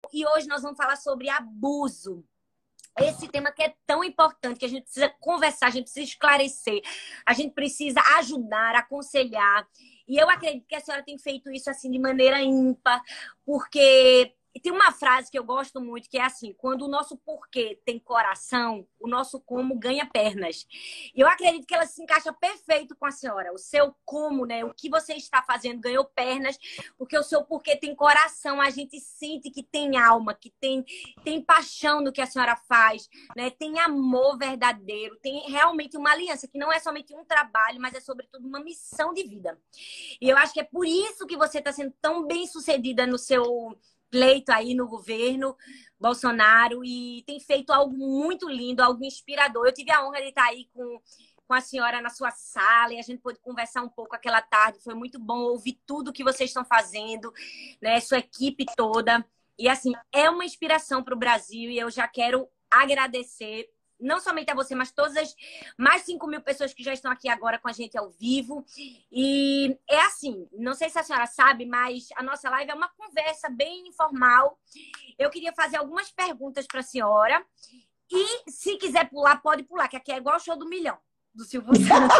e hoje nós vamos falar sobre abuso. Esse tema que é tão importante, que a gente precisa conversar, a gente precisa esclarecer, a gente precisa ajudar, aconselhar. E eu acredito que a senhora tem feito isso assim de maneira ímpar, porque tem uma frase que eu gosto muito, que é assim: quando o nosso porquê tem coração, o nosso como ganha pernas. E eu acredito que ela se encaixa perfeito com a senhora. O seu como, né? O que você está fazendo ganhou pernas, porque o seu porquê tem coração. A gente sente que tem alma, que tem paixão no que a senhora faz, né? Tem amor verdadeiro, tem realmente uma aliança, que não é somente um trabalho, mas é sobretudo uma missão de vida. E eu acho que é por isso que você está sendo tão bem sucedida no seu pleito aí no governo Bolsonaro e tem feito algo muito lindo, algo inspirador. Eu tive a honra de estar aí com a senhora na sua sala e a gente pôde conversar um pouco aquela tarde. Foi muito bom ouvir tudo que vocês estão fazendo, né? Sua equipe toda. E assim, é uma inspiração para o Brasil e eu já quero agradecer não somente a você, mas todas as mais 5.000 pessoas que já estão aqui agora com a gente ao vivo. E é assim, não sei se a senhora sabe, mas a nossa live é uma conversa bem informal. Eu queria fazer algumas perguntas para a senhora. E se quiser pular, pode pular, que aqui é igual o Show do Milhão, do Silvio Santos.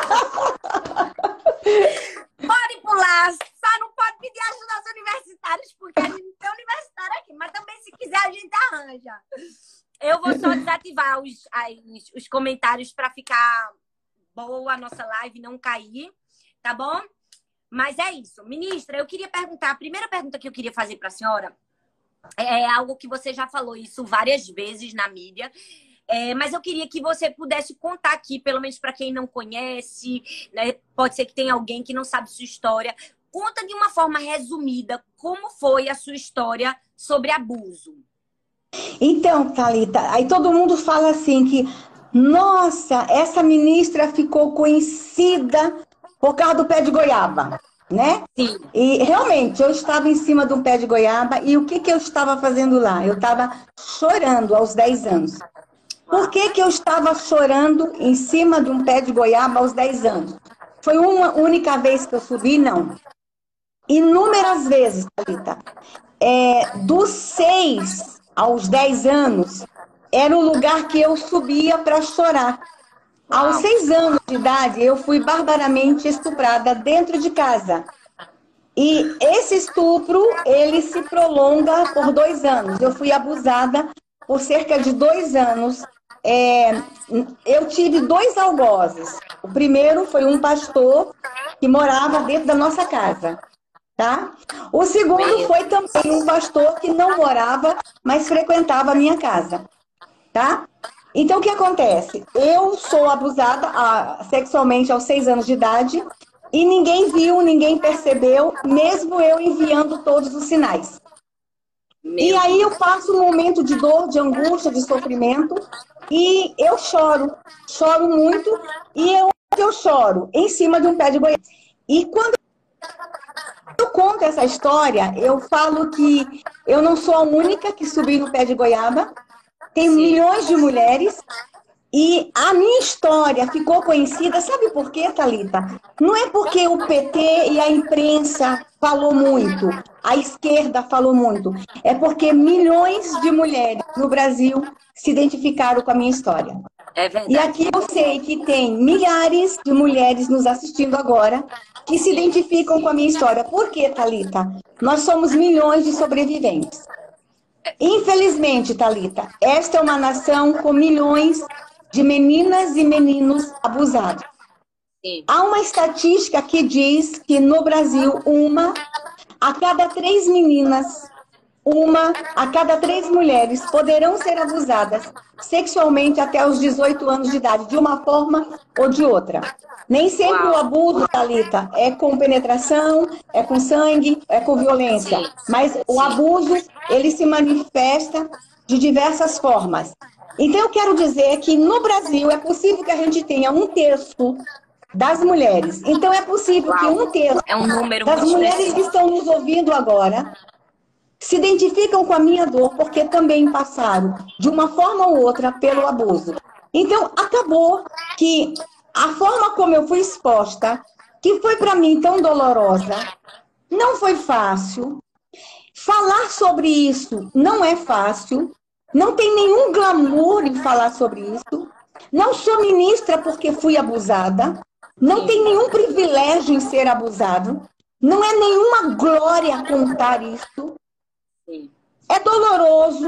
Pode pular, só não pode pedir ajuda aos universitários, porque a gente não tem universitário aqui. Mas também, se quiser, a gente arranja. Eu vou só desativar os comentários para ficar boa a nossa live, não cair, tá bom? Mas é isso. Ministra, eu queria perguntar, a primeira pergunta que eu queria fazer para a senhora é algo que você já falou isso várias vezes na mídia, mas eu queria que você pudesse contar aqui, pelo menos para quem não conhece, né? Pode ser que tenha alguém que não sabe sua história. Conta de uma forma resumida como foi a sua história sobre abuso. Então, Thalita, aí todo mundo fala assim que, nossa, essa ministra ficou conhecida por causa do pé de goiaba, né? Sim. E realmente, eu estava em cima de um pé de goiaba e o que eu estava fazendo lá? Eu estava chorando aos 10 anos. Por que eu estava chorando em cima de um pé de goiaba aos 10 anos? Foi uma única vez que eu subi? Não. Inúmeras vezes, Thalita. Dos 6 aos 10 anos, era o lugar que eu subia para chorar. Aos 6 anos de idade, eu fui barbaramente estuprada dentro de casa. E esse estupro, ele se prolonga por 2 anos. Eu fui abusada por cerca de 2 anos. Eu tive 2 algozes. O primeiro foi um pastor que morava dentro da nossa casa. Tá? O segundo foi também um pastor que não morava, mas frequentava a minha casa. Tá? Então, o que acontece? Eu sou abusada sexualmente aos 6 anos de idade e ninguém viu, ninguém percebeu, mesmo eu enviando todos os sinais. E aí eu passo um momento de dor, de angústia, de sofrimento e eu choro muito e eu choro em cima de um pé de goiaba. E quando eu conto essa história, eu falo que eu não sou a única que subi no pé de goiaba. Tem milhões de mulheres e a minha história ficou conhecida. Sabe por quê, Thalita? Não é porque o PT e a imprensa falou muito, a esquerda falou muito. É porque milhões de mulheres no Brasil se identificaram com a minha história. É verdade. E aqui eu sei que tem milhares de mulheres nos assistindo agora que se identificam com a minha história. Por quê, Thalita? Nós somos milhões de sobreviventes. Infelizmente, Thalita, esta é uma nação com milhões de meninas e meninos abusados. Sim. Há uma estatística que diz que no Brasil, 1 a cada 3 meninas, 1 a cada 3 mulheres poderão ser abusadas sexualmente até os 18 anos de idade, de uma forma ou de outra. Nem sempre o abuso, Thalita, é com penetração, é com sangue, é com violência. Mas o abuso, ele se manifesta de diversas formas. Então, eu quero dizer que no Brasil é possível que a gente tenha 1/3 das mulheres. Então, é possível que 1/3 das mulheres que estão nos ouvindo agora se identificam com a minha dor porque também passaram, de uma forma ou outra, pelo abuso. Então, acabou que a forma como eu fui exposta, que foi para mim tão dolorosa, não foi fácil, Falar sobre isso não é fácil, não tem nenhum glamour em falar sobre isso. Não sou ministra porque fui abusada, não tem nenhum privilégio em ser abusado, não é nenhuma glória contar isso. É doloroso.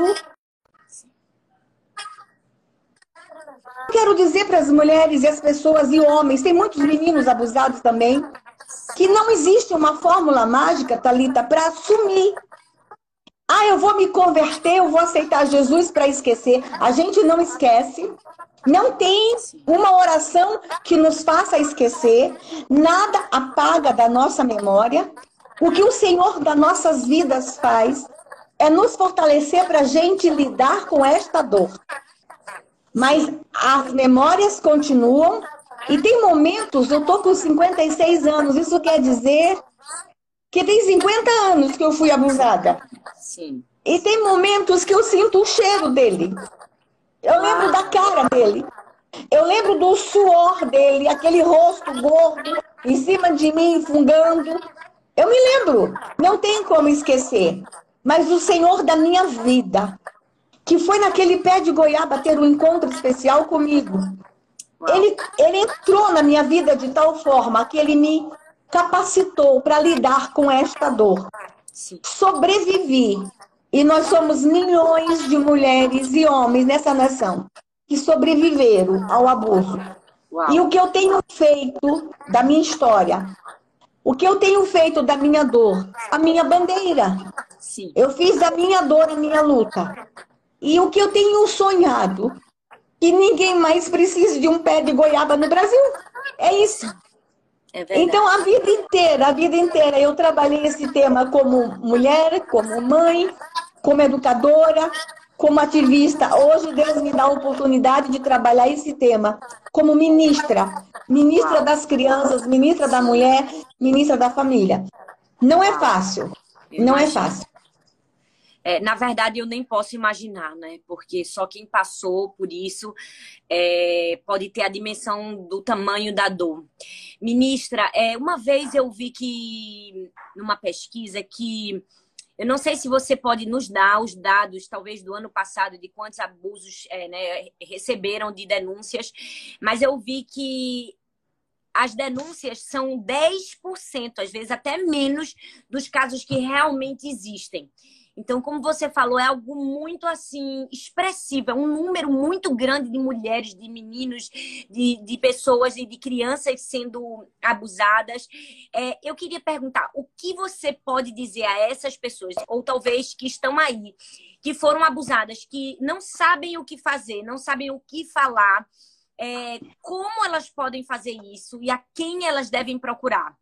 Quero dizer para as mulheres e as pessoas e homens, tem muitos meninos abusados também, que não existe uma fórmula mágica, Thalita, para assumir. Ah, eu vou me converter, eu vou aceitar Jesus para esquecer. A gente não esquece. Não tem uma oração que nos faça esquecer. Nada apaga da nossa memória. O que o Senhor das nossas vidas faz é nos fortalecer para a gente lidar com esta dor. Mas as memórias continuam. E tem momentos, eu estou com 56 anos, isso quer dizer que tem 50 anos que eu fui abusada. Sim. E tem momentos que eu sinto o cheiro dele. Eu lembro da cara dele. Eu lembro do suor dele, aquele rosto gordo em cima de mim, fungando. Eu me lembro, não tem como esquecer. Mas o Senhor da minha vida, que foi naquele pé de goiaba ter um encontro especial comigo, ele entrou na minha vida de tal forma que ele me capacitou para lidar com esta dor. Sobrevivi. E nós somos milhões de mulheres e homens nessa nação que sobreviveram ao abuso. E o que eu tenho feito da minha história, o que eu tenho feito da minha dor, a minha bandeira. Eu fiz da minha dor a minha luta. E o que eu tenho sonhado, que ninguém mais precise de um pé de goiaba no Brasil. É isso. Então, a vida inteira, eu trabalhei esse tema como mulher, como mãe, como educadora, como ativista. Hoje, Deus me dá a oportunidade de trabalhar esse tema como ministra. Ministra das crianças, ministra da mulher, ministra da família. Não é fácil. Não é fácil. Na verdade, eu nem posso imaginar, né? Porque só quem passou por isso pode ter a dimensão do tamanho da dor. Ministra, uma vez eu vi que, numa pesquisa, que eu não sei se você pode nos dar os dados, talvez do ano passado, de quantos abusos receberam de denúncias, mas eu vi que as denúncias são 10%, às vezes até menos, dos casos que realmente existem. Então, como você falou, é algo muito, assim, expressivo. É um número muito grande de mulheres, de meninos, de pessoas e de crianças sendo abusadas. Eu queria perguntar, o que você pode dizer a essas pessoas, ou talvez que estão aí, que foram abusadas, que não sabem o que fazer, não sabem o que falar, como elas podem fazer isso e a quem elas devem procurar?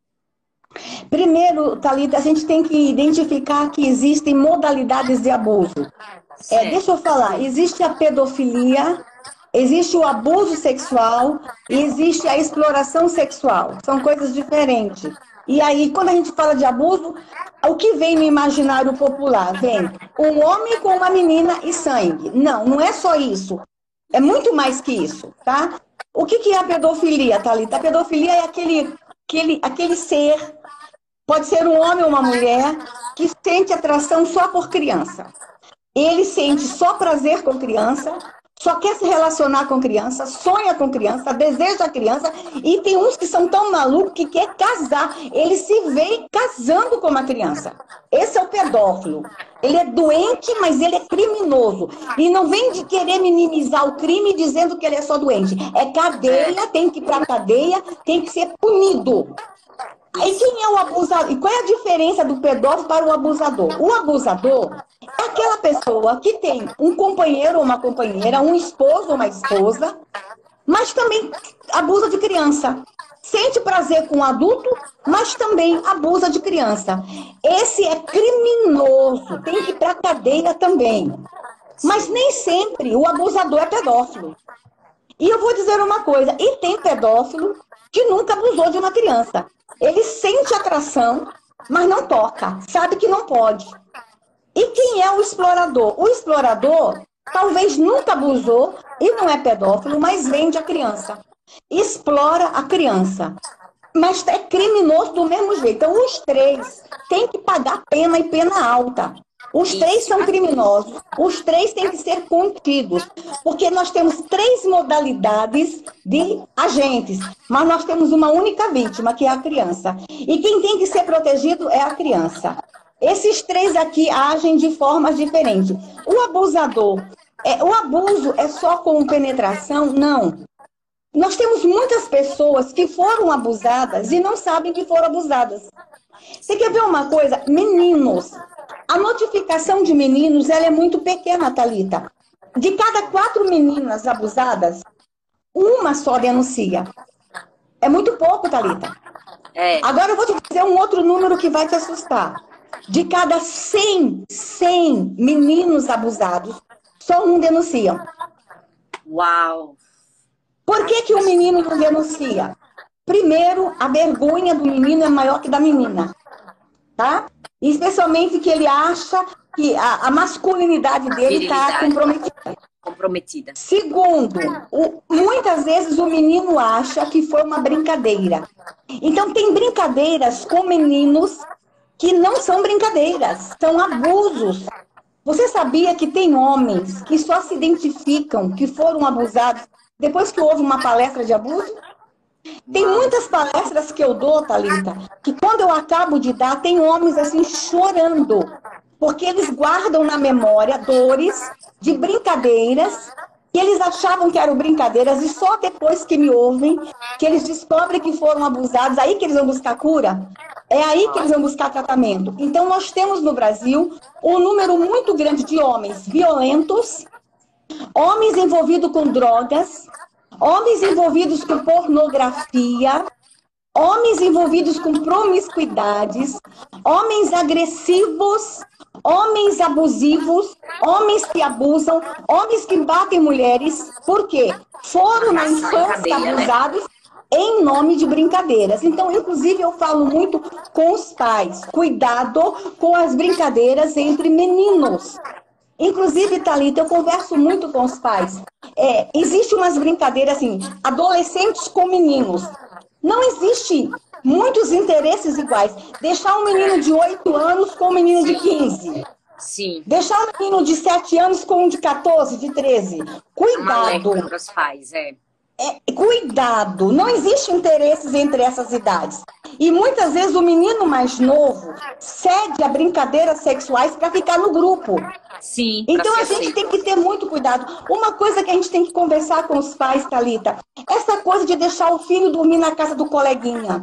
Primeiro, Thalita, a gente tem que identificar que existem modalidades de abuso. Deixa eu falar, existe a pedofilia, existe o abuso sexual e existe a exploração sexual. São coisas diferentes. E aí, quando a gente fala de abuso, o que vem no imaginário popular? Vem um homem com uma menina e sangue. Não, não é só isso. É muito mais que isso, tá? O que é a pedofilia, Thalita? A pedofilia é aquele ser, pode ser um homem ou uma mulher, que sente atração só por criança. Ele sente só prazer com criança, só quer se relacionar com criança, sonha com criança, deseja a criança, e tem uns que são tão malucos que quer casar. Ele se vê casando com uma criança. Esse é o pedófilo. Ele é doente, mas ele é criminoso. E não vem de querer minimizar o crime dizendo que ele é só doente. É cadeia, tem que ir pra cadeia, tem que ser punido. E quem é o abusador? E qual é a diferença do pedófilo para o abusador? O abusador é aquela pessoa que tem um companheiro ou uma companheira, um esposo ou uma esposa, mas também abusa de criança. Sente prazer com o adulto, mas também abusa de criança. Esse é criminoso, tem que ir para a cadeia também. Mas nem sempre o abusador é pedófilo. E eu vou dizer uma coisa, e tem pedófilo que nunca abusou de uma criança. Ele sente atração, mas não toca, sabe que não pode. E quem é o explorador? O explorador talvez nunca abusou e não é pedófilo, mas vende a criança. Explora a criança. Mas é criminoso do mesmo jeito. Então, os três têm que pagar pena e pena alta. Os três são criminosos, os três têm que ser contidos, porque nós temos três modalidades de agentes, mas nós temos uma única vítima, que é a criança. E quem tem que ser protegido é a criança. Esses três aqui agem de formas diferentes. O abusador, o abuso é só com penetração? Não. Nós temos muitas pessoas que foram abusadas e não sabem que foram abusadas. Você quer ver uma coisa? Meninos. A notificação de meninos, ela é muito pequena, Thalita. De cada 4 meninas abusadas, uma só denuncia. É muito pouco, Thalita. Agora eu vou te dizer um outro número que vai te assustar. De cada 100 meninos abusados, só um denuncia. Uau! Por que o menino não denuncia? Primeiro, a vergonha do menino é maior que da menina, tá? Especialmente que ele acha que a masculinidade dele está comprometida. Segundo, muitas vezes o menino acha que foi uma brincadeira. Então, tem brincadeiras com meninos que não são brincadeiras, são abusos. Você sabia que tem homens que só se identificam que foram abusados depois que houve uma palestra de abuso? Tem muitas palestras que eu dou, Thalita, que quando eu acabo de dar, tem homens assim chorando, porque eles guardam na memória dores de brincadeiras que eles achavam que eram brincadeiras e só depois que me ouvem, que eles descobrem que foram abusados, aí que eles vão buscar cura, é aí que eles vão buscar tratamento. Então nós temos no Brasil um número muito grande de homens violentos, homens envolvidos com drogas, homens envolvidos com pornografia, homens envolvidos com promiscuidades, homens agressivos, homens abusivos, homens que abusam, homens que batem mulheres. Por quê? Foram na infância abusados em nome de brincadeiras. Então, inclusive, eu falo muito com os pais. Cuidado com as brincadeiras entre meninos. Inclusive, Thalita, eu converso muito com os pais. Existe umas brincadeiras assim, adolescentes com meninos. Não existe muitos interesses iguais. Deixar um menino de 8 anos com um menino de 15. Sim. Deixar um menino de 7 anos com um de 14, de 13. Cuidado. Para os pais, Cuidado, não existe interesses entre essas idades. E muitas vezes o menino mais novo cede a brincadeiras sexuais para ficar no grupo. Sim. Então a gente tem que ter muito cuidado. Uma coisa que a gente tem que conversar com os pais, Thalita, essa coisa de deixar o filho dormir na casa do coleguinha.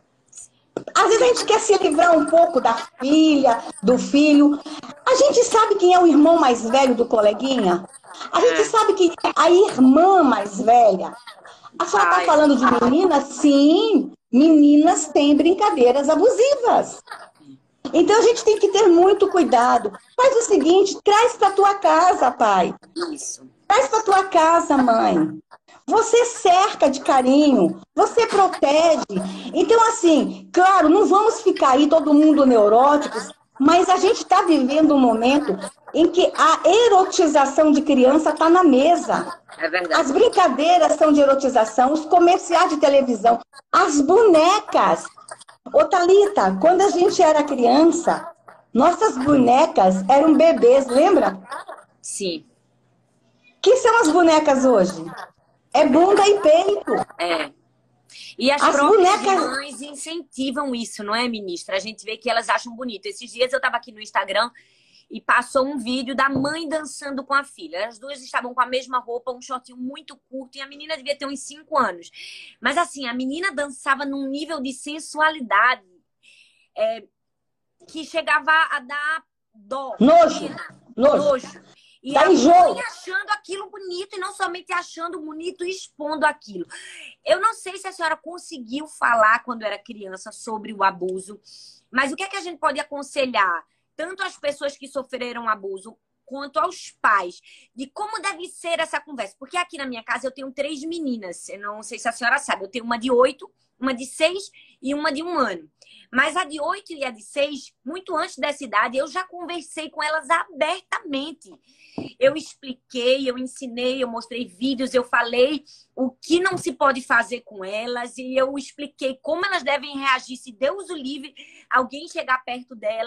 Às vezes a gente quer se livrar um pouco da filha, do filho. A gente sabe quem é o irmão mais velho do coleguinha? A gente sabe que a irmã mais velha. A senhora está falando de meninas? Sim, meninas têm brincadeiras abusivas. Então a gente tem que ter muito cuidado. Faz o seguinte, traz para tua casa, pai. Isso. Traz para tua casa, mãe. Você cerca de carinho, você protege. Então, assim, claro, não vamos ficar aí todo mundo neuróticos, mas a gente está vivendo um momento em que a erotização de criança está na mesa. É verdade. As brincadeiras são de erotização, os comerciais de televisão, as bonecas. Ô, Thalita, quando a gente era criança, nossas bonecas eram bebês, lembra? Sim. Que são as bonecas hoje? É bunda e peito. E as próprias mães incentivam isso, não é, ministra? A gente vê que elas acham bonito. Esses dias eu estava aqui no Instagram e passou um vídeo da mãe dançando com a filha. As duas estavam com a mesma roupa, um shortinho muito curto, e a menina devia ter uns 5 anos. Mas assim, a menina dançava num nível de sensualidade que chegava a dar dó. Nojo. E a mãe achando aquilo bonito, e não somente achando bonito, expondo aquilo. Eu não sei se a senhora conseguiu falar quando era criança sobre o abuso, mas o que é que a gente pode aconselhar tanto às pessoas que sofreram abuso quanto aos pais, de como deve ser essa conversa? Porque aqui na minha casa eu tenho 3 meninas, eu não sei se a senhora sabe, eu tenho uma de 8, uma de 6 e uma de 1 ano. Mas a de 8 e a de 6, muito antes dessa idade, eu já conversei com elas abertamente. Eu expliquei, eu ensinei, eu mostrei vídeos, eu falei o que não se pode fazer com elas e eu expliquei como elas devem reagir se Deus o livre alguém chegar perto delas.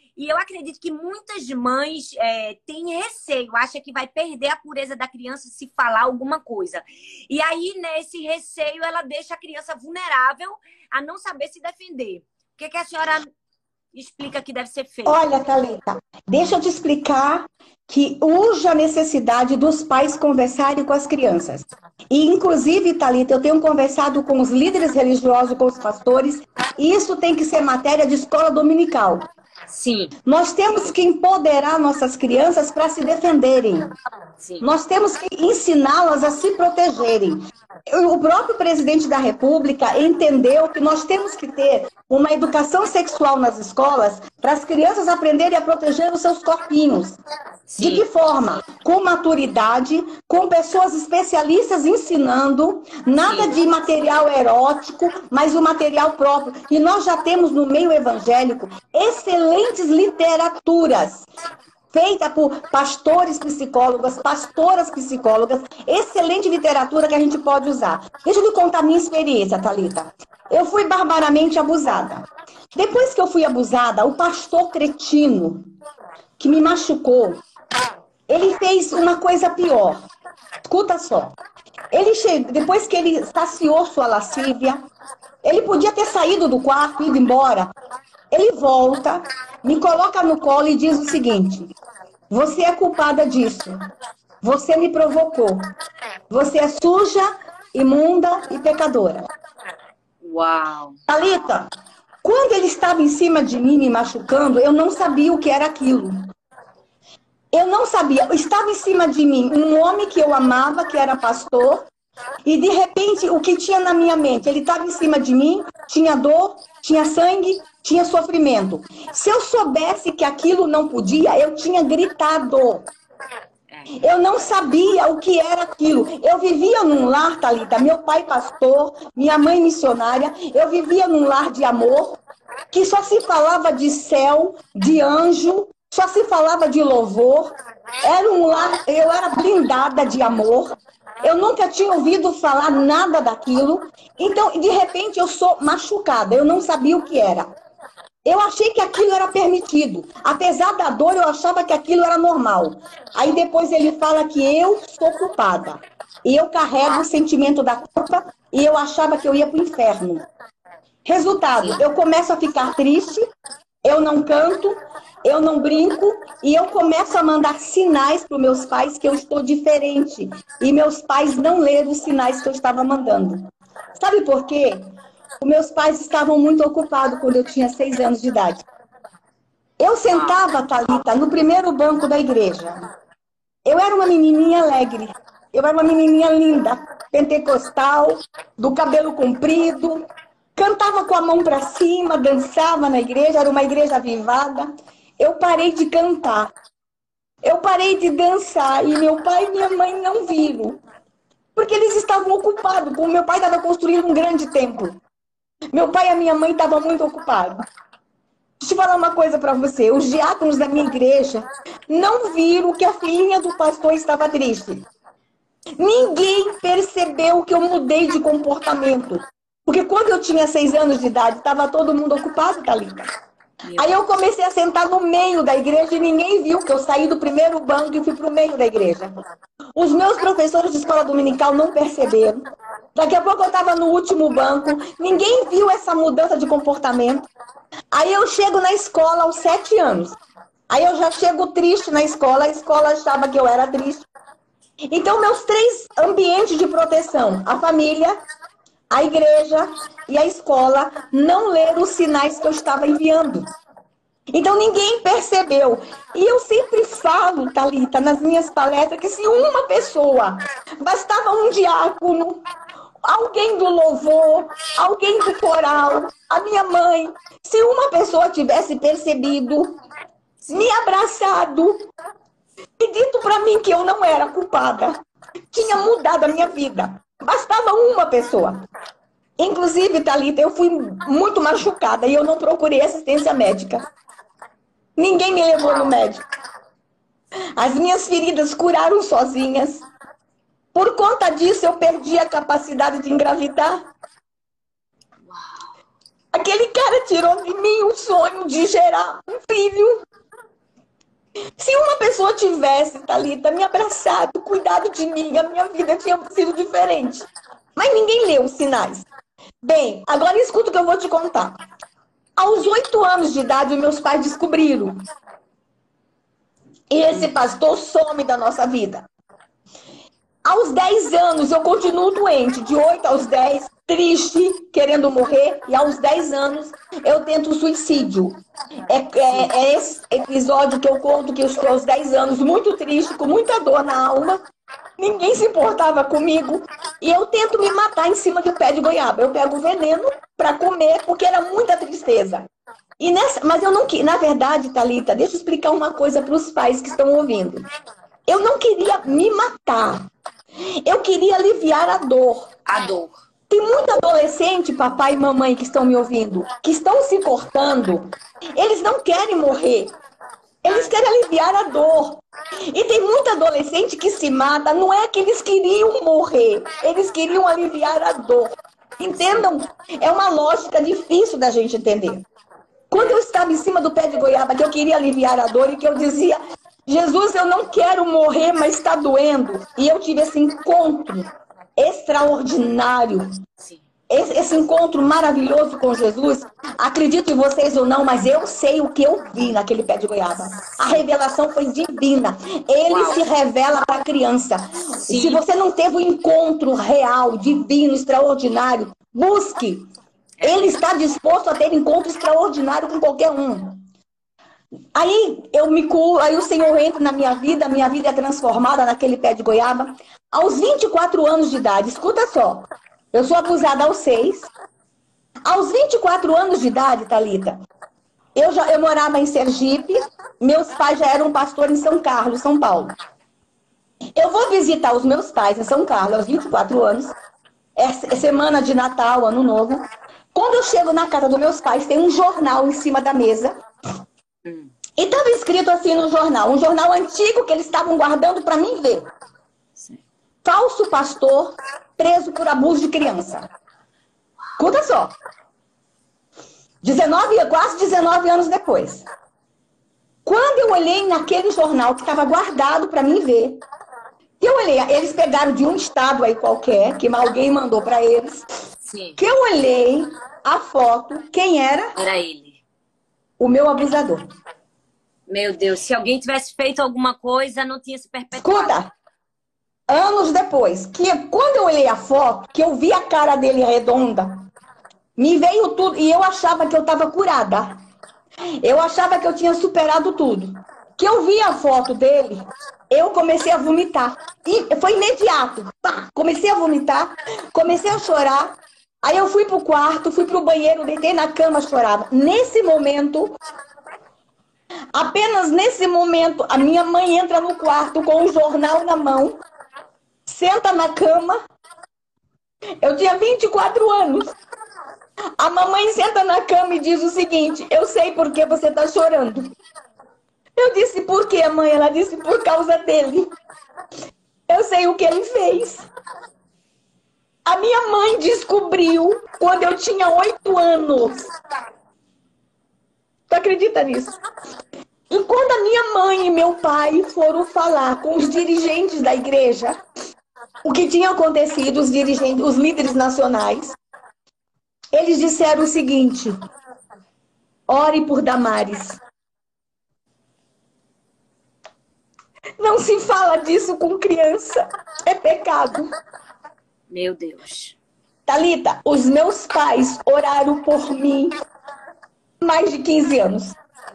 E eu acredito que muitas mães têm receio, acham que vai perder a pureza da criança se falar alguma coisa. E aí, nesse receio, ela deixa a criança vulnerável a não saber se defender. O que a senhora explica que deve ser feito? Olha, Thalita, deixa eu te explicar que urge a necessidade dos pais conversarem com as crianças. E, inclusive, Thalita, eu tenho conversado com os líderes religiosos, com os pastores, e isso tem que ser matéria de escola dominical. Sim. Nós temos que empoderar nossas crianças para se defenderem. Sim. Nós temos que ensiná-las a se protegerem. O próprio presidente da República entendeu que nós temos que ter uma educação sexual nas escolas para as crianças aprenderem a proteger os seus corpinhos. Sim. De que forma? Com maturidade, com pessoas especialistas ensinando, nada Sim. de material erótico, mas o material próprio. E nós já temos no meio evangélico excelentes literaturas feita por pastores psicólogas, pastoras psicólogas, excelente literatura que a gente pode usar. Deixa eu lhe contar a minha experiência, Thalita. Eu fui barbaramente abusada. Depois que eu fui abusada, o pastor cretino, que me machucou, ele fez uma coisa pior. Escuta só. Depois que ele saciou sua lascívia, ele podia ter saído do quarto e ido embora. Ele volta, me coloca no colo e diz o seguinte: você é culpada disso. Você me provocou. Você é suja, imunda e pecadora. Uau! Thalita, quando ele estava em cima de mim me machucando, eu não sabia o que era aquilo. Eu não sabia. Estava em cima de mim um homem que eu amava, que era pastor, e de repente o que tinha na minha mente? Ele estava em cima de mim, tinha dor, tinha sangue, tinha sofrimento. Se eu soubesse que aquilo não podia, eu tinha gritado. Eu não sabia o que era aquilo. Eu vivia num lar, Thalita, meu pai pastor, minha mãe missionária. Eu vivia num lar de amor, que só se falava de céu, de anjo, só se falava de louvor. Era um lar, eu era blindada de amor. Eu nunca tinha ouvido falar nada daquilo. Então, de repente, eu sou machucada. Eu não sabia o que era. Eu achei que aquilo era permitido. Apesar da dor, eu achava que aquilo era normal. Aí depois ele fala que eu sou culpada. E eu carrego o sentimento da culpa e eu achava que eu ia para o inferno. Resultado, eu começo a ficar triste, eu não canto, eu não brinco e eu começo a mandar sinais para os meus pais que eu estou diferente. E meus pais não leram os sinais que eu estava mandando. Sabe por quê? Os meus pais estavam muito ocupados quando eu tinha 6 anos de idade. Eu sentava, Thalita, no primeiro banco da igreja. Eu era uma menininha alegre. Eu era uma menininha linda, pentecostal, do cabelo comprido. Cantava com a mão para cima, dançava na igreja, era uma igreja avivada. Eu parei de cantar. Eu parei de dançar e meu pai e minha mãe não viram. Porque eles estavam ocupados. O meu pai estava construindo um grande templo. Meu pai e a minha mãe estavam muito ocupados. Deixa eu falar uma coisa para você. Os diáconos da minha igreja não viram que a filhinha do pastor estava triste. Ninguém percebeu que eu mudei de comportamento. Porque quando eu tinha 6 anos de idade, estava todo mundo ocupado, Thalita. Aí eu comecei a sentar no meio da igreja e ninguém viu que eu saí do primeiro banco e fui para o meio da igreja. Os meus professores de escola dominical não perceberam. Daqui a pouco eu estava no último banco, ninguém viu essa mudança de comportamento. Aí eu chego na escola aos 7 anos. Aí eu já chego triste na escola, a escola achava que eu era triste. Então, meus 3 ambientes de proteção, a família, a igreja e a escola, não leram os sinais que eu estava enviando. Então, ninguém percebeu. E eu sempre falo, Thalita, nas minhas palestras, que se uma pessoa, bastava um diácono, alguém do louvor, alguém do coral, a minha mãe, se uma pessoa tivesse percebido, me abraçado e dito para mim que eu não era culpada, tinha mudado a minha vida. Bastava uma pessoa. Inclusive, Thalita, eu fui muito machucada e eu não procurei assistência médica. Ninguém me levou no médico. As minhas feridas curaram sozinhas. Por conta disso, eu perdi a capacidade de engravidar. Aquele cara tirou de mim o sonho de gerar um filho. Se uma pessoa tivesse, Thalita, me abraçado, cuidado de mim, a minha vida tinha sido diferente. Mas ninguém leu os sinais. Bem, agora escuta o que eu vou te contar. Aos 8 anos de idade, meus pais descobriram. E esse pastor some da nossa vida. Aos 10 anos, eu continuo doente. De 8 aos 10, triste, querendo morrer. E aos 10 anos, eu tento suicídio. É esse episódio que eu conto que eu estou aos 10 anos, muito triste, com muita dor na alma. Ninguém se importava comigo. E eu tento me matar em cima do pé de goiaba. Eu pego veneno para comer, porque era muita tristeza. Mas eu não queria. Na verdade, Thalita, deixa eu explicar uma coisa para os pais que estão ouvindo. Eu não queria me matar. Eu queria aliviar a dor. A dor. Tem muito adolescente, papai e mamãe, que estão me ouvindo, que estão se cortando. Eles não querem morrer. Eles querem aliviar a dor. E tem muito adolescente que se mata. Não é que eles queriam morrer. Eles queriam aliviar a dor. Entendam? É uma lógica difícil da gente entender. Quando eu estava em cima do pé de goiaba, que eu queria aliviar a dor e que eu dizia, Jesus, eu não quero morrer, mas está doendo. E eu tive esse encontro extraordinário. Sim. Esse encontro maravilhoso com Jesus, acredito em vocês ou não, mas eu sei o que eu vi naquele pé de goiaba. A revelação foi divina. Ele se revela para a criança. Sim. Se você não teve um encontro real, divino, extraordinário, busque. Ele está disposto a ter encontro extraordinário com qualquer um. Aí eu me curo, aí o Senhor entra na minha vida é transformada naquele pé de goiaba. Aos 24 anos de idade, escuta só. Eu sou abusada aos 6. Aos 24 anos de idade, Thalita, eu morava em Sergipe, meus pais já eram pastores em São Carlos, São Paulo. Eu vou visitar os meus pais em São Carlos aos 24 anos, é semana de Natal, Ano Novo. Quando eu chego na casa dos meus pais, tem um jornal em cima da mesa. E estava escrito assim no jornal, um jornal antigo que eles estavam guardando para mim ver. Falso pastor preso por abuso de criança. Escuta só. Quase 19 anos depois. Quando eu olhei naquele jornal que estava guardado para mim ver, eu olhei, eles pegaram de um estado aí qualquer, que alguém mandou para eles. Sim. Que eu olhei a foto, quem era? Era ele. O meu abusador. Meu Deus, se alguém tivesse feito alguma coisa, não tinha se perpetuado. Escuta, anos depois, que quando eu olhei a foto, que eu vi a cara dele redonda, me veio tudo, e eu achava que eu estava curada. Eu achava que eu tinha superado tudo. Que eu vi a foto dele, eu comecei a vomitar. E foi imediato. Pá, comecei a vomitar, comecei a chorar. Aí eu fui pro quarto, fui pro banheiro, deitei na cama, chorava. Nesse momento, apenas nesse momento, a minha mãe entra no quarto com um jornal na mão, senta na cama. Eu tinha 24 anos. A mamãe senta na cama e diz o seguinte, eu sei por que você está chorando. Eu disse, por quê, mãe? Ela disse, por causa dele. Eu sei o que ele fez. A minha mãe descobriu quando eu tinha 8 anos. Tu acredita nisso? E quando a minha mãe e meu pai foram falar com os dirigentes da igreja, o que tinha acontecido, os dirigentes, os líderes nacionais, eles disseram o seguinte, ore por Damares. Não se fala disso com criança, é pecado. Meu Deus. Thalita, os meus pais oraram por mim mais de 15 anos.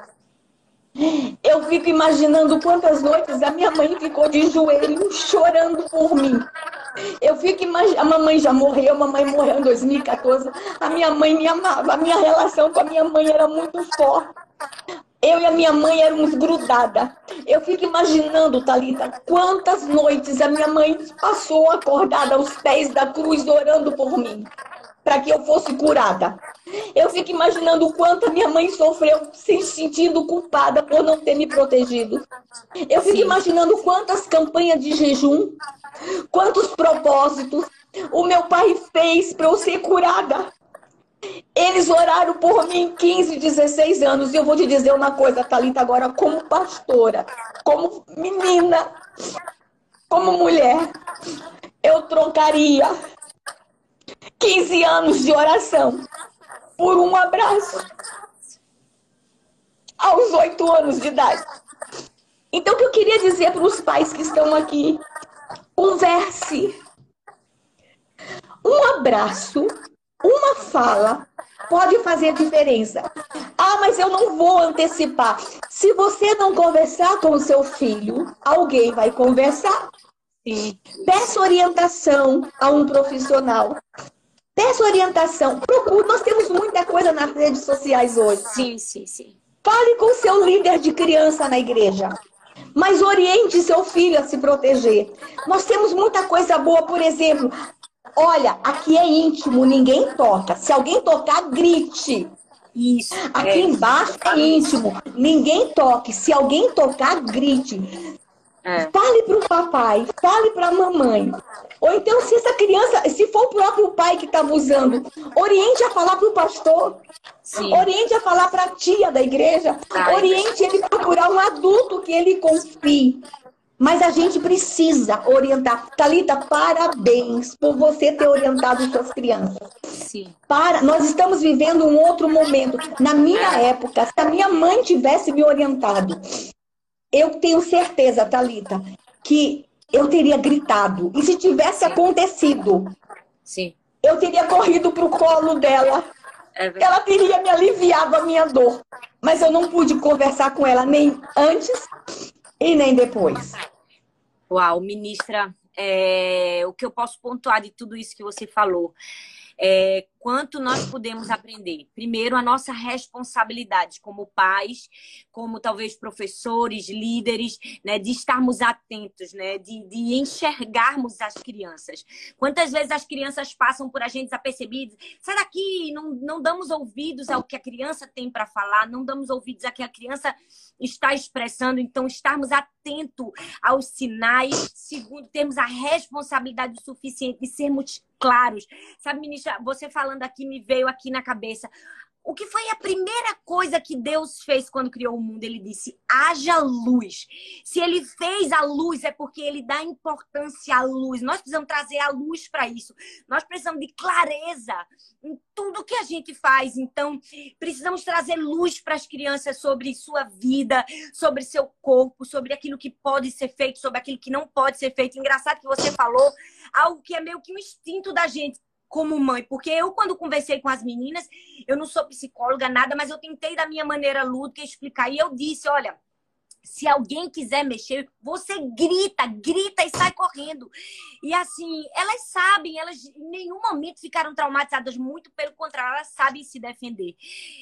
Eu fico imaginando quantas noites a minha mãe ficou de joelho chorando por mim. Eu fico imaginando, a mamãe já morreu, a mamãe morreu em 2014. A minha mãe me amava, a minha relação com a minha mãe era muito forte. Eu e a minha mãe éramos grudadas. Eu fico imaginando, Thalita, quantas noites a minha mãe passou acordada aos pés da cruz orando por mim, para que eu fosse curada. Eu fico imaginando o quanto a minha mãe sofreu se sentindo culpada por não ter me protegido. Eu fico imaginando quantas campanhas de jejum, quantos propósitos o meu pai fez para eu ser curada. Eles oraram por mim 15, 16 anos. E eu vou te dizer uma coisa, Thalita, agora como pastora, como menina, como mulher, eu trocaria 15 anos de oração por um abraço aos 8 anos de idade. Então, o que eu queria dizer para os pais que estão aqui, converse. Um abraço, uma fala, pode fazer diferença. Ah, mas eu não vou antecipar. Se você não conversar com o seu filho, alguém vai conversar. Sim. Peça orientação a um profissional. Peça orientação. Procure. Nós temos muita coisa nas redes sociais hoje. Sim, sim, sim. Fale com o seu líder de criança na igreja. Mas oriente seu filho a se proteger. Nós temos muita coisa boa, por exemplo. Olha, aqui é íntimo, ninguém toca. Se alguém tocar, grite. Isso. Aqui embaixo é íntimo, ninguém toque. Se alguém tocar, grite. Fale para o papai, fale para a mamãe. Ou então, se essa criança, se for o próprio pai que está abusando, oriente a falar para o pastor. Sim. Oriente a falar para a tia da igreja. Oriente ele a procurar um adulto que ele confie. Mas a gente precisa orientar. Thalita, parabéns por você ter orientado suas crianças. Sim. Nós estamos vivendo um outro momento. Na minha época, se a minha mãe tivesse me orientado, eu tenho certeza, Thalita, que eu teria gritado. E se tivesse acontecido, sim, eu teria corrido para o colo dela. Ela teria me aliviado a minha dor. Mas eu não pude conversar com ela nem antes e nem depois. Uau, ministra, o que eu posso pontuar de tudo isso que você falou? Quanto nós podemos aprender. Primeiro, a nossa responsabilidade como pais, como talvez professores, líderes, né, de estarmos atentos, né, de enxergarmos as crianças. Quantas vezes as crianças passam por a gente desapercebidas? Sai daqui, não damos ouvidos ao que a criança tem para falar, não damos ouvidos ao que a criança está expressando. Então, estarmos atentos aos sinais. Segundo, termos a responsabilidade suficiente de sermos claros. Sabe, ministra, você falando aqui, me veio aqui na cabeça. O que foi a primeira coisa que Deus fez quando criou o mundo? Ele disse, haja luz. Se ele fez a luz, é porque ele dá importância à luz. Nós precisamos trazer a luz para isso. Nós precisamos de clareza em tudo que a gente faz. Então, precisamos trazer luz para as crianças sobre sua vida, sobre seu corpo, sobre aquilo que pode ser feito, sobre aquilo que não pode ser feito. Engraçado que você falou algo que é meio que um instinto da gente como mãe, porque eu, quando conversei com as meninas, eu não sou psicóloga, nada, mas eu tentei da minha maneira lúdica explicar, e eu disse, olha, se alguém quiser mexer, você grita e sai correndo. E assim, elas sabem, elas em nenhum momento ficaram traumatizadas, muito pelo contrário, elas sabem se defender.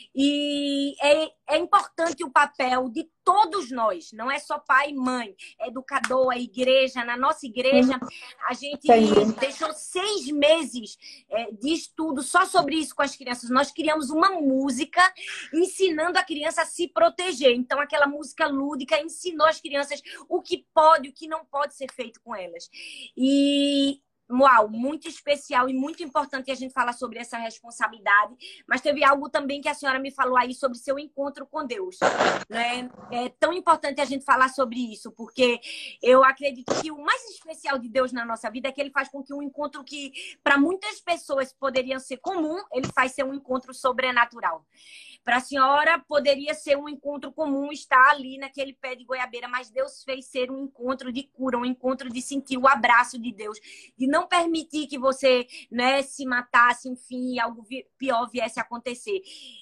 E é importante o papel de todos nós, não é só pai e mãe, educador, a igreja. Na nossa igreja, a gente deixou 6 meses de estudo só sobre isso com as crianças. Nós criamos uma música ensinando a criança a se proteger. Então, aquela música lúdica ensinou as crianças o que pode e o que não pode ser feito com elas. E uau, muito especial e muito importante a gente falar sobre essa responsabilidade. Mas teve algo também que a senhora me falou aí sobre seu encontro com Deus, né? É tão importante a gente falar sobre isso, porque eu acredito que o mais especial de Deus na nossa vida é que ele faz com que um encontro que para muitas pessoas poderia ser comum, ele faz ser um encontro sobrenatural. Para a senhora, poderia ser um encontro comum estar ali naquele pé de goiabeira, mas Deus fez ser um encontro de cura, um encontro de sentir o abraço de Deus, de não permitir que você, né, se matasse, enfim, algo pior viesse a acontecer.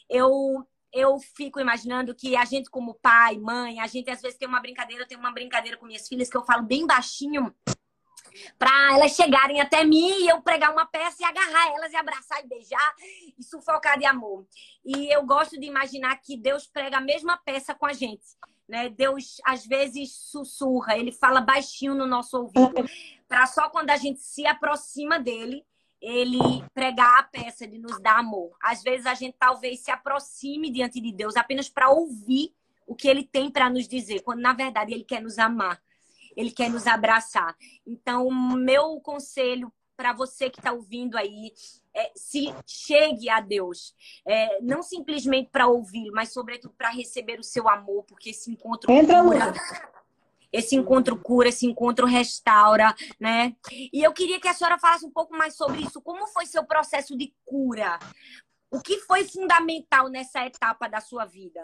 Eu fico imaginando que a gente, como pai, mãe, a gente às vezes tem uma brincadeira, eu tenho uma brincadeira com minhas filhas que eu falo bem baixinho, para elas chegarem até mim e eu pregar uma peça e agarrar elas e abraçar e beijar e sufocar de amor. E eu gosto de imaginar que Deus prega a mesma peça com a gente, né? Deus às vezes sussurra, ele fala baixinho no nosso ouvido, para só quando a gente se aproxima dele, ele pregar a peça de nos dar amor. Às vezes a gente talvez se aproxime diante de Deus apenas para ouvir o que ele tem para nos dizer, quando na verdade ele quer nos amar. Ele quer nos abraçar. Então, o meu conselho para você que está ouvindo aí se chegue a Deus. Não simplesmente para ouvir, mas sobretudo para receber o seu amor, porque esse encontro cura. Esse encontro cura, esse encontro restaura, né? E eu queria que a senhora falasse um pouco mais sobre isso. Como foi seu processo de cura? O que foi fundamental nessa etapa da sua vida?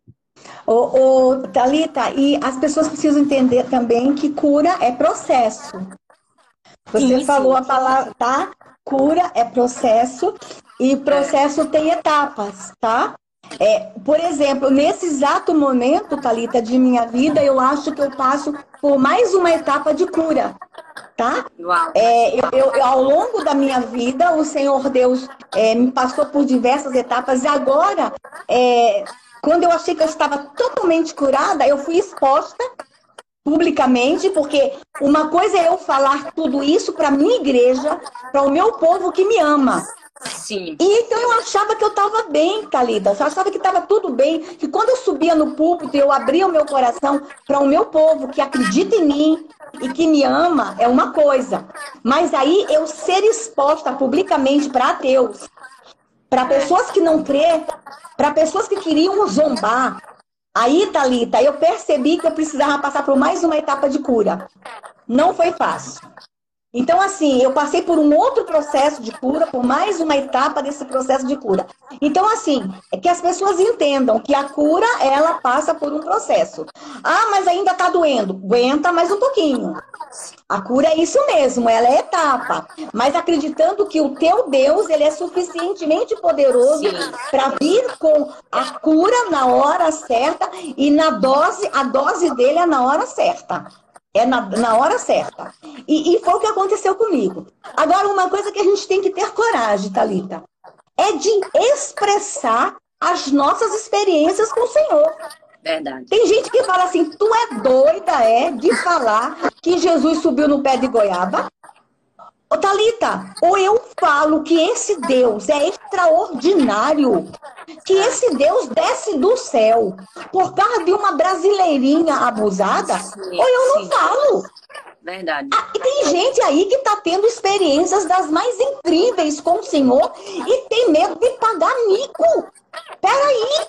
Thalita, e as pessoas precisam entender também que cura é processo. Você falou a palavra, tá? Cura é processo e processo tem etapas, tá? Por exemplo, nesse exato momento, Thalita, de minha vida, eu acho que eu passo por mais uma etapa de cura, tá? Ao longo da minha vida, o Senhor Deus me passou por diversas etapas e agora, quando eu achei que eu estava totalmente curada, eu fui exposta publicamente, porque uma coisa é eu falar tudo isso para minha igreja, para o meu povo que me ama. Sim. E então eu achava que eu estava bem, Thalita. Eu achava que estava tudo bem. Que quando eu subia no púlpito, eu abria o meu coração para o meu povo que acredita em mim e que me ama, é uma coisa. Mas aí eu ser exposta publicamente para ateus, para pessoas que não crê, para pessoas que queriam zombar. Aí, Thalita, eu percebi que eu precisava passar por mais uma etapa de cura. Não foi fácil. Então, assim, eu passei por um outro processo de cura, por mais uma etapa desse processo de cura. Então, assim, é que as pessoas entendam que a cura, ela passa por um processo. Ah, mas ainda tá doendo. Aguenta mais um pouquinho. A cura é isso mesmo, ela é etapa. Mas acreditando que o teu Deus, ele é suficientemente poderoso para vir com a cura na hora certa e a dose dele é na hora certa. É na hora certa. E foi o que aconteceu comigo. Agora, uma coisa que a gente tem que ter coragem, Thalita, é de expressar as nossas experiências com o Senhor. Verdade. Tem gente que fala assim, tu é doida, de falar que Jesus subiu no pé de goiaba? Ô, Thalita, ou eu falo que esse Deus é extraordinário, que esse Deus desce do céu por causa de uma brasileirinha abusada, ou eu não falo. Verdade. E tem gente aí que está tendo experiências das mais incríveis com o Senhor e tem medo de pagar mico. Peraí.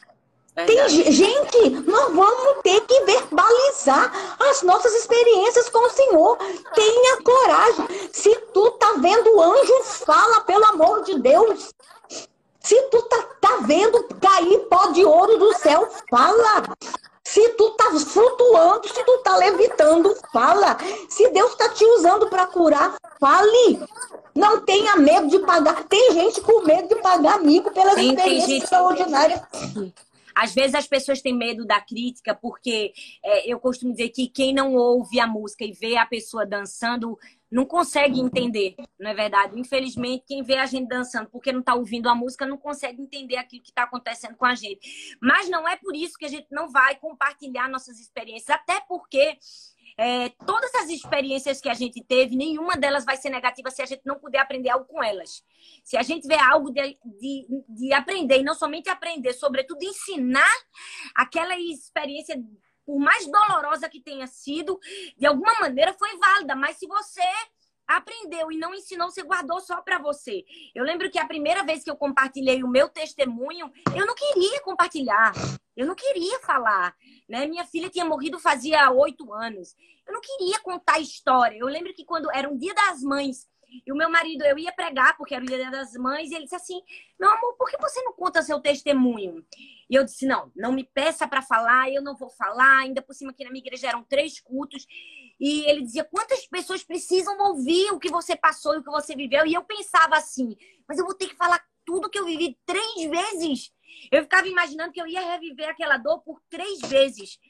Gente, nós vamos ter que verbalizar as nossas experiências com o Senhor. Tenha coragem. Se tu tá vendo anjo, fala, pelo amor de Deus. Se tu tá vendo cair pó de ouro do céu, fala. Se tu tá flutuando, se tu tá levitando, fala. Se Deus tá te usando para curar, fale. Não tenha medo de pagar. Tem gente com medo de pagar amigo pelas experiências extraordinárias. Às vezes as pessoas têm medo da crítica, porque eu costumo dizer que quem não ouve a música e vê a pessoa dançando não consegue entender, não é verdade? Infelizmente, quem vê a gente dançando porque não está ouvindo a música não consegue entender aquilo que está acontecendo com a gente. Mas não é por isso que a gente não vai compartilhar nossas experiências, até porque todas as experiências que a gente teve, nenhuma delas vai ser negativa se a gente não puder aprender algo com elas. Se a gente vê algo de aprender, e não somente aprender, sobretudo ensinar aquela experiência, por mais dolorosa que tenha sido, de alguma maneira foi válida. Mas se você aprendeu e não ensinou, você guardou só para você. Eu lembro que a primeira vez que eu compartilhei o meu testemunho, eu não queria compartilhar. Eu não queria falar, né? Minha filha tinha morrido fazia 8 anos. Eu não queria contar a história. Eu lembro que quando era um Dia das Mães, e o meu marido, eu ia pregar, porque era o Dia das Mães, e ele disse assim, meu amor, por que você não conta seu testemunho? E eu disse, não me peça para falar, eu não vou falar. Ainda por cima, aqui na minha igreja eram 3 cultos. E ele dizia, quantas pessoas precisam ouvir o que você passou e o que você viveu? E eu pensava assim, mas eu vou ter que falar tudo que eu vivi 3 vezes? Eu ficava imaginando que eu ia reviver aquela dor por 3 vezes.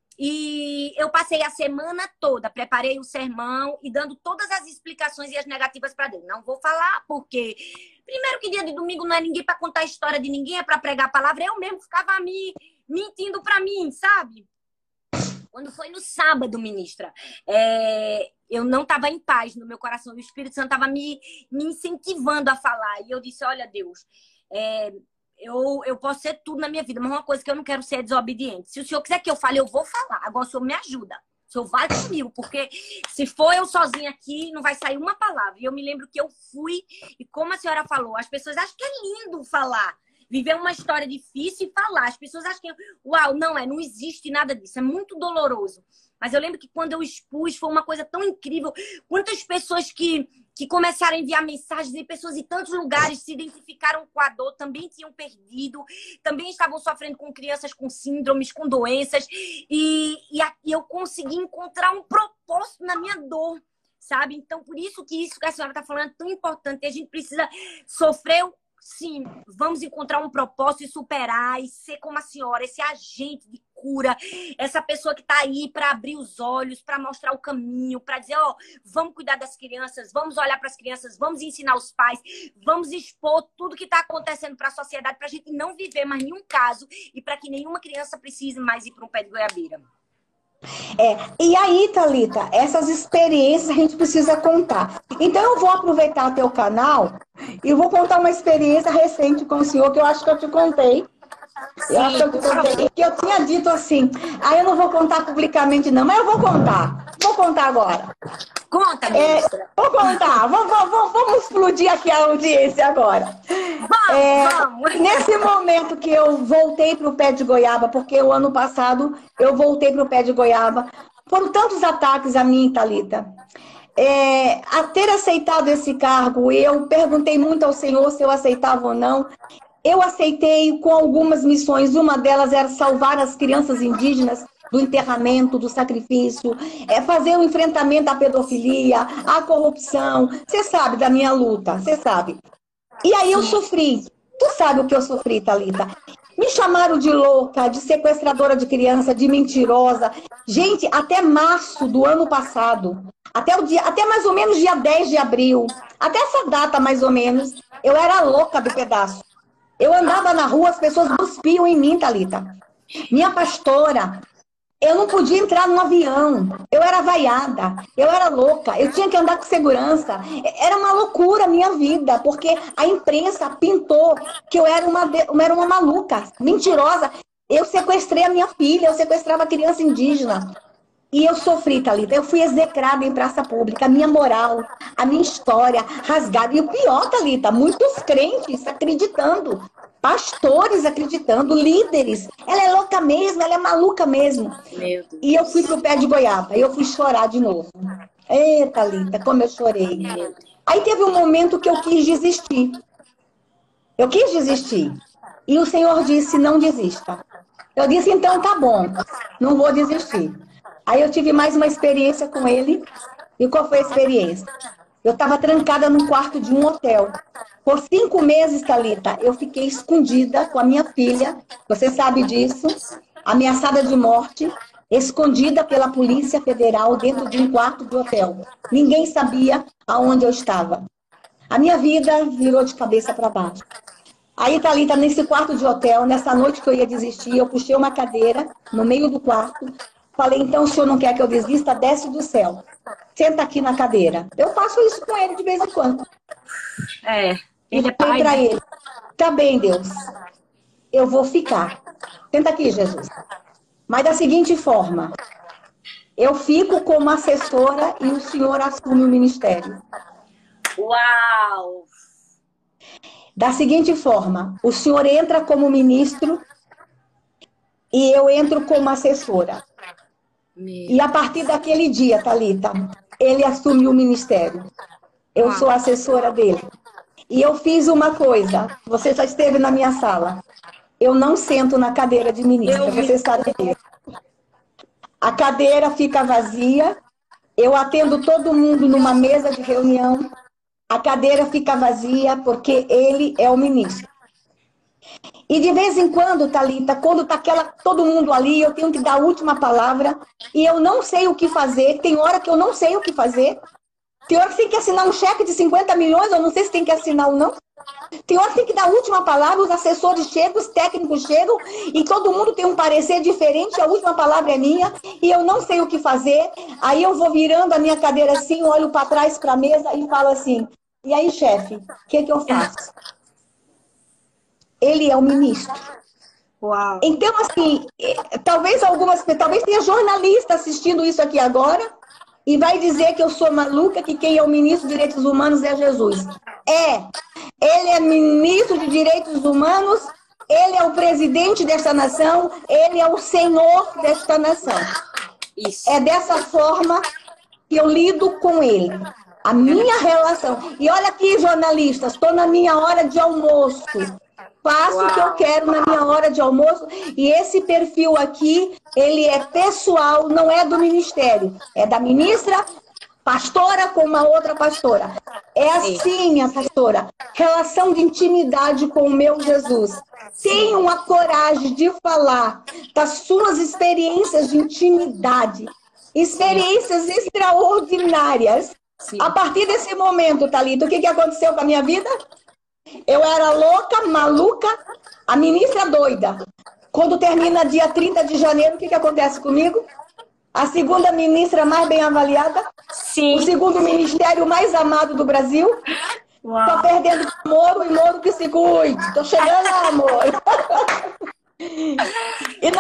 E eu passei a semana toda, preparei o sermão e dando todas as explicações e as negativas para Deus. Não vou falar porque, primeiro que dia de domingo não é ninguém para contar a história de ninguém, é para pregar a palavra. Eu mesmo ficava mentindo para mim, sabe? Quando foi no sábado, ministra, eu não estava em paz no meu coração. O Espírito Santo estava me incentivando a falar. E eu disse, olha, Deus, eu posso ser tudo na minha vida, mas uma coisa que eu não quero ser é desobediente. Se o senhor quiser que eu fale, eu vou falar. Agora o senhor me ajuda. O Senhor vai comigo, porque se for eu sozinha aqui, não vai sair uma palavra. E eu me lembro que eu fui, e como a senhora falou, as pessoas acham que é lindo falar. Viver uma história difícil e falar. As pessoas acham que, uau, não existe nada disso. É muito doloroso. Mas eu lembro que quando eu expus, foi uma coisa tão incrível. Quantas pessoas que começaram a enviar mensagens e pessoas em tantos lugares se identificaram com a dor, também tinham perdido, também estavam sofrendo com crianças com síndromes, com doenças. E eu consegui encontrar um propósito na minha dor, sabe? Então, por isso que a senhora está falando é tão importante. A gente precisa sofrer. Sim, vamos encontrar um propósito e superar e ser como a senhora, esse agente de cura, essa pessoa que está aí para abrir os olhos, para mostrar o caminho, para dizer, ó, vamos cuidar das crianças, vamos olhar para as crianças, vamos ensinar os pais, vamos expor tudo que está acontecendo para a sociedade, para a gente não viver mais nenhum caso e para que nenhuma criança precise mais ir para um pé de goiabeira. E aí, Thalita, essas experiências a gente precisa contar. Então, eu vou aproveitar teu canal e vou contar uma experiência recente com o senhor, que eu acho que eu te contei. Eu acho que eu te contei, que eu tinha dito assim, eu não vou contar publicamente não, mas eu vou contar. Vou contar agora. Conta, ministra. Vou contar. Vamos explodir aqui a audiência agora. Vamos. Nesse momento que eu voltei para o pé de goiaba, porque o ano passado eu voltei para o pé de goiaba, foram tantos ataques a mim, Thalita. A ter aceitado esse cargo, eu perguntei muito ao Senhor se eu aceitava ou não. Eu aceitei com algumas missões. Uma delas era salvar as crianças indígenas do enterramento, do sacrifício, fazer um enfrentamento à pedofilia, à corrupção. Você sabe da minha luta, você sabe. E aí eu sofri. Tu sabe o que eu sofri, Thalita? Me chamaram de louca, de sequestradora de criança, de mentirosa. Gente, até março do ano passado, até mais ou menos dia 10 de abril, até essa data mais ou menos, eu era louca do pedaço. Eu andava na rua, as pessoas cuspiam em mim, Thalita. Minha pastora, eu não podia entrar num avião. Eu era vaiada, eu era louca, eu tinha que andar com segurança. Era uma loucura a minha vida, porque a imprensa pintou que eu era uma maluca, mentirosa. Eu sequestrei a minha filha, eu sequestrava a criança indígena. E eu sofri, Thalita, eu fui execrada em praça pública, a minha moral, a minha história rasgada. E o pior, Thalita, muitos crentes acreditando, pastores acreditando, líderes. Ela é louca mesmo, ela é maluca mesmo. Meu Deus. E eu fui pro pé de goiaba, e eu fui chorar de novo. Eita, Thalita, como eu chorei. Aí teve um momento que eu quis desistir. Eu quis desistir. E o Senhor disse, não desista. Eu disse, então tá bom, não vou desistir. Aí eu tive mais uma experiência com ele. E qual foi a experiência? Eu estava trancada num quarto de um hotel. Por 5 meses, Thalita, eu fiquei escondida com a minha filha. Você sabe disso. Ameaçada de morte. Escondida pela Polícia Federal dentro de um quarto de hotel. Ninguém sabia aonde eu estava. A minha vida virou de cabeça para baixo. Aí, Thalita, nesse quarto de hotel, nessa noite que eu ia desistir, eu puxei uma cadeira no meio do quarto. Falei, então, o senhor não quer que eu desista? Desce do céu. Senta aqui na cadeira. Eu faço isso com ele de vez em quando. Ele é pai. Para ele. Tá bem, Deus. Eu vou ficar. Senta aqui, Jesus. Mas da seguinte forma. Eu fico como assessora e o senhor assume o ministério. Uau! Da seguinte forma. O senhor entra como ministro e eu entro como assessora. E a partir daquele dia, Thalita, ele assumiu o ministério. Eu sou assessora dele. E eu fiz uma coisa. Você já esteve na minha sala. Eu não sento na cadeira de ministra. Você sabe disso. A cadeira fica vazia. Eu atendo todo mundo numa mesa de reunião. A cadeira fica vazia porque ele é o ministro. E de vez em quando, Thalita, quando tá todo mundo ali, eu tenho que dar a última palavra e eu não sei o que fazer. Tem hora que eu não sei o que fazer. Tem hora que você tem que assinar um cheque de 50 milhões, eu não sei se tem que assinar ou não. Tem hora que tem que dar a última palavra, os assessores chegam, os técnicos chegam e todo mundo tem um parecer diferente, a última palavra é minha e eu não sei o que fazer. Aí eu vou virando a minha cadeira assim, olho para trás para a mesa e falo assim, e aí, chefe, o que eu faço? Ele é o ministro. Uau. Então, assim, talvez tenha jornalista assistindo isso aqui agora e vai dizer que eu sou maluca, que quem é o ministro dos Direitos Humanos é Jesus. Ele é ministro de Direitos Humanos, ele é o presidente desta nação, ele é o senhor desta nação. Isso. É dessa forma que eu lido com ele. A minha relação. E olha aqui, jornalistas, estou na minha hora de almoço. Faço o que eu quero na minha hora de almoço. E esse perfil aqui, ele é pessoal, não é do ministério. É da ministra, pastora com uma outra pastora. É assim, minha pastora. Relação de intimidade com o meu Jesus. Tenham a coragem de falar das suas experiências de intimidade. Experiências extraordinárias. Sim. A partir desse momento, Thalita, o que aconteceu com a minha vida? Eu era louca, maluca, a ministra doida. Quando termina dia 30 de janeiro, o que acontece comigo? A segunda ministra mais bem avaliada. Sim. O segundo ministério mais amado do Brasil. Tô perdendo Moro e Moro que se cuide. Tô chegando lá, amor. E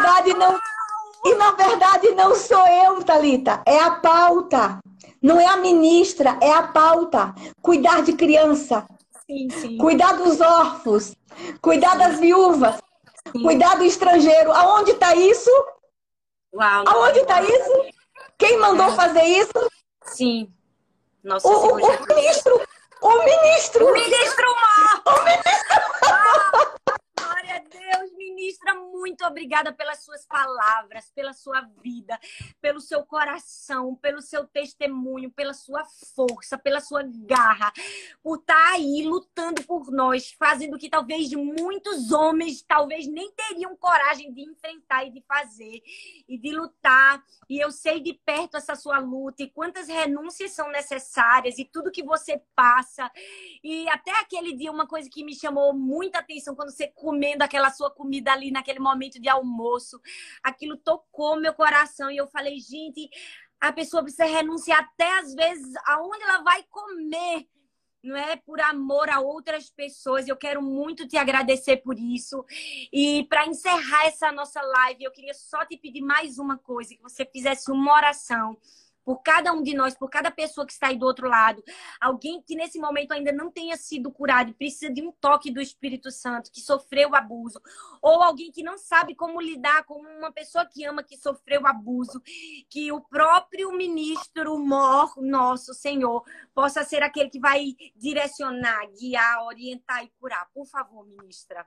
na verdade não sou eu, Thalita. É a pauta. Não é a ministra, é a pauta. Cuidar de criança. Sim, sim. Cuidar dos órfãos. Cuidar das viúvas. Sim. Cuidar do estrangeiro. Aonde está isso? Uau, aonde está isso? Quem mandou fazer isso? Sim. Nossa, o ministro. O ministro. O ministro Mor. O ministro. Glória a Deus, ministra, muito obrigada pelas suas palavras, pela sua vida, pelo seu coração, pelo seu testemunho, pela sua força, pela sua garra, por estar aí lutando por nós, fazendo o que talvez muitos homens talvez nem teriam coragem de enfrentar e de fazer e de lutar. E eu sei de perto essa sua luta e quantas renúncias são necessárias e tudo que você passa. E até aquele dia, uma coisa que me chamou muita atenção, quando você comendo aquela sua comida ali naquele momento de almoço, aquilo tocou meu coração e eu falei, gente, a pessoa precisa renunciar até às vezes aonde ela vai comer, não é? Por amor a outras pessoas. Eu quero muito te agradecer por isso. E para encerrar essa nossa live, eu queria só te pedir mais uma coisa, que você fizesse uma oração por cada um de nós, por cada pessoa que está aí do outro lado. Alguém que nesse momento ainda não tenha sido curado, precisa de um toque do Espírito Santo, que sofreu abuso. Ou alguém que não sabe como lidar com uma pessoa que ama, que sofreu abuso. Que o próprio ministro Mor, nosso Senhor, possa ser aquele que vai direcionar, guiar, orientar e curar. Por favor, ministra.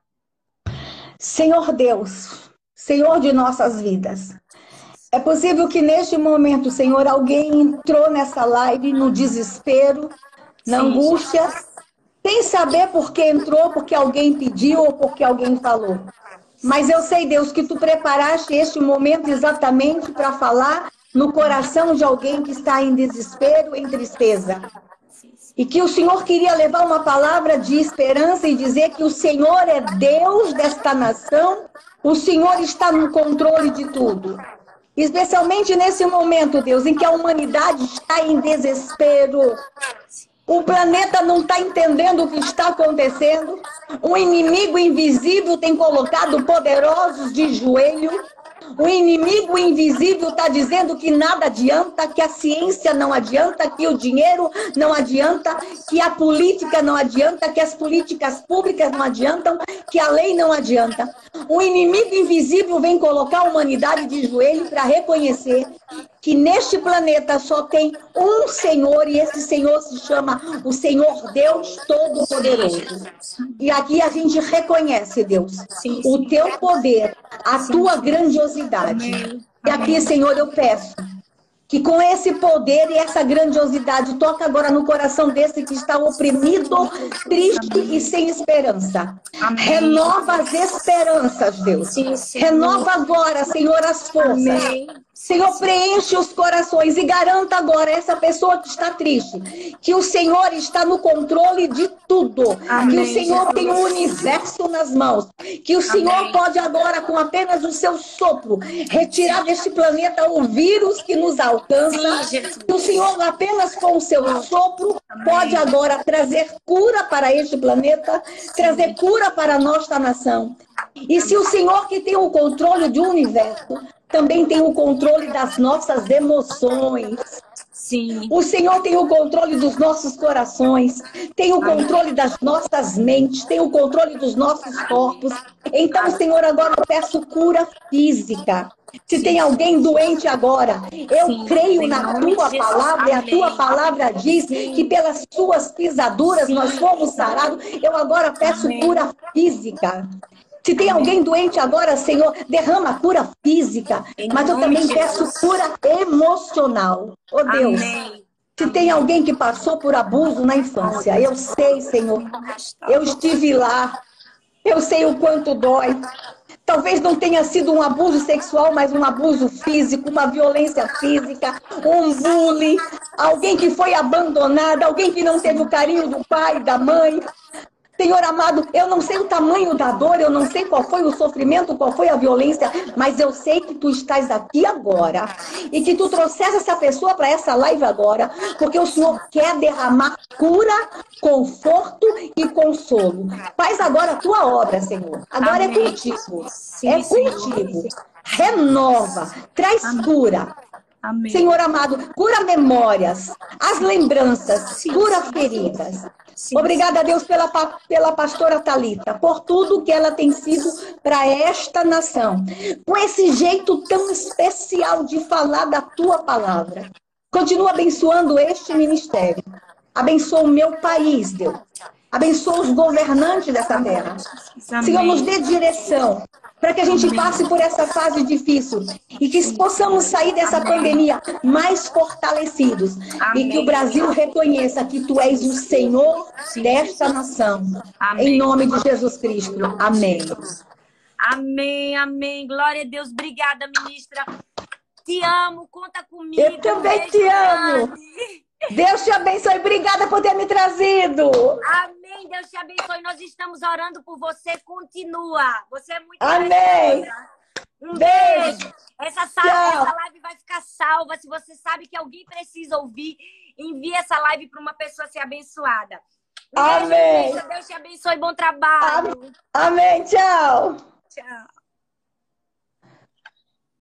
Senhor Deus, Senhor de nossas vidas, é possível que neste momento, Senhor, alguém entrou nessa live no desespero, na angústia, sem saber por que entrou, porque alguém pediu ou porque alguém falou. Mas eu sei, Deus, que Tu preparaste este momento exatamente para falar no coração de alguém que está em desespero, em tristeza. E que o Senhor queria levar uma palavra de esperança e dizer que o Senhor é Deus desta nação, o Senhor está no controle de tudo. Especialmente nesse momento, Deus, em que a humanidade está em desespero. O planeta não está entendendo o que está acontecendo. Um inimigo invisível tem colocado poderosos de joelho. O inimigo invisível está dizendo que nada adianta, que a ciência não adianta, que o dinheiro não adianta, que a política não adianta, que as políticas públicas não adiantam, que a lei não adianta. O inimigo invisível vem colocar a humanidade de joelho para reconhecer que neste planeta só tem um Senhor e esse Senhor se chama o Senhor Deus Todo-Poderoso. E aqui a gente reconhece, Deus, o Teu poder, a Tua grandiosidade. E aqui, Senhor, eu peço que com esse poder e essa grandiosidade toca agora no coração desse que está oprimido, triste e sem esperança. Amém. Renova as esperanças, Deus. Sim, renova agora, Senhor, as forças. Amém. Senhor, preenche os corações e garanta agora essa pessoa que está triste, que o Senhor está no controle de tudo, amém, que o Senhor Jesus. Tem o universo nas mãos, que o Senhor amém. Pode agora, com apenas o seu sopro, retirar deste planeta o vírus que nos alcança, sim, que o Senhor apenas com o seu sopro pode agora trazer cura para este planeta, trazer cura para a nossa nação. E se o Senhor, que tem o controle do universo, também tem o controle das nossas emoções. Sim. O Senhor tem o controle dos nossos corações, tem o controle das nossas mentes, tem o controle dos nossos corpos. Então, Senhor, agora eu peço cura física. Se tem alguém doente agora, eu creio na tua palavra, e a tua palavra diz que pelas tuas pisaduras nós fomos sarados. Eu agora peço cura física. Se tem alguém doente agora, Senhor, derrama cura física, mas eu também peço cura emocional. Oh Deus, se tem alguém que passou por abuso na infância, eu sei, Senhor, eu estive lá, eu sei o quanto dói. Talvez não tenha sido um abuso sexual, mas um abuso físico, uma violência física, um bullying, alguém que foi abandonado, alguém que não teve o carinho do pai, da mãe. Senhor amado, eu não sei o tamanho da dor, eu não sei qual foi o sofrimento, qual foi a violência, mas eu sei que tu estás aqui agora e que tu trouxeste essa pessoa para essa live agora, porque o Senhor quer derramar cura, conforto e consolo. Faz agora a tua obra, Senhor. Agora é contigo. É contigo. Renova, traz cura. Amém. Senhor amado, cura memórias, as lembranças, cura feridas. Obrigada, Deus, pela pastora Thalita, por tudo que ela tem sido para esta nação. Com esse jeito tão especial de falar da tua palavra. Continua abençoando este ministério. Abençoa o meu país, Deus. Abençoa os governantes dessa terra. Senhor, nos dê direção para que a gente passe por essa fase difícil e que possamos sair dessa pandemia mais fortalecidos. E que o Brasil reconheça que tu és o Senhor desta nação. Em nome de Jesus Cristo. Amém. Amém, amém. Glória a Deus. Obrigada, ministra. Te amo, conta comigo. Eu também te amo. Deus te abençoe. Obrigada por ter me trazido. Amém. Deus te abençoe. Nós estamos orando por você. Continua. Você é muito Amém. Um beijo. Essa live vai ficar salva. Se você sabe que alguém precisa ouvir, envie essa live para uma pessoa ser abençoada. Amém. Deus te abençoe. Bom trabalho. Amém. Tchau. Tchau.